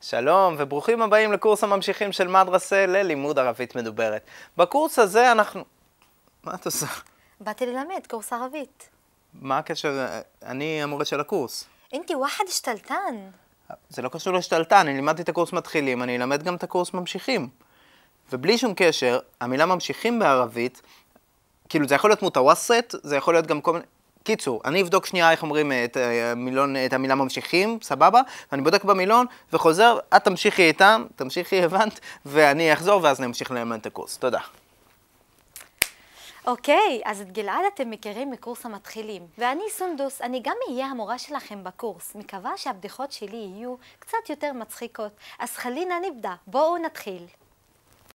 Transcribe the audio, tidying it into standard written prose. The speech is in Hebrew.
שלום וברוכים הבאים לקורס הממשיכים של מדרסה ללימוד ערבית מדוברת. בקורס הזה אנחנו... מה את עושה? באתי ללמד קורס ערבית. מה הקשר? אני המורה של הקורס. אינתי ואחד השתלטן. זה לא קשור להשתלטן, אני לימדתי את הקורס מתחילים, אני אלמד גם את הקורס ממשיכים. ובלי שום קשר, המילה ממשיכים בערבית, כאילו זה יכול להיות מותווסת, זה יכול להיות גם כל מיני... קיצור, אני אבדוק שנייה איך אומרים את המילה ממשיכים, סבבה? ואני בודק במילון וחוזר, את תמשיכי איתם, תמשיכי, הבנת? ואני אחזור ואז נמשיך ללמד את הקורס. תודה. אוקיי, אז את גלעד אתם מכירים מקורס המתחילים. ואני סונדוס, אני גם אהיה המורה שלכם בקורס. מקווה שהבדיחות שלי יהיו קצת יותר מצחיקות. אז חלינה נבדה, בואו נתחיל.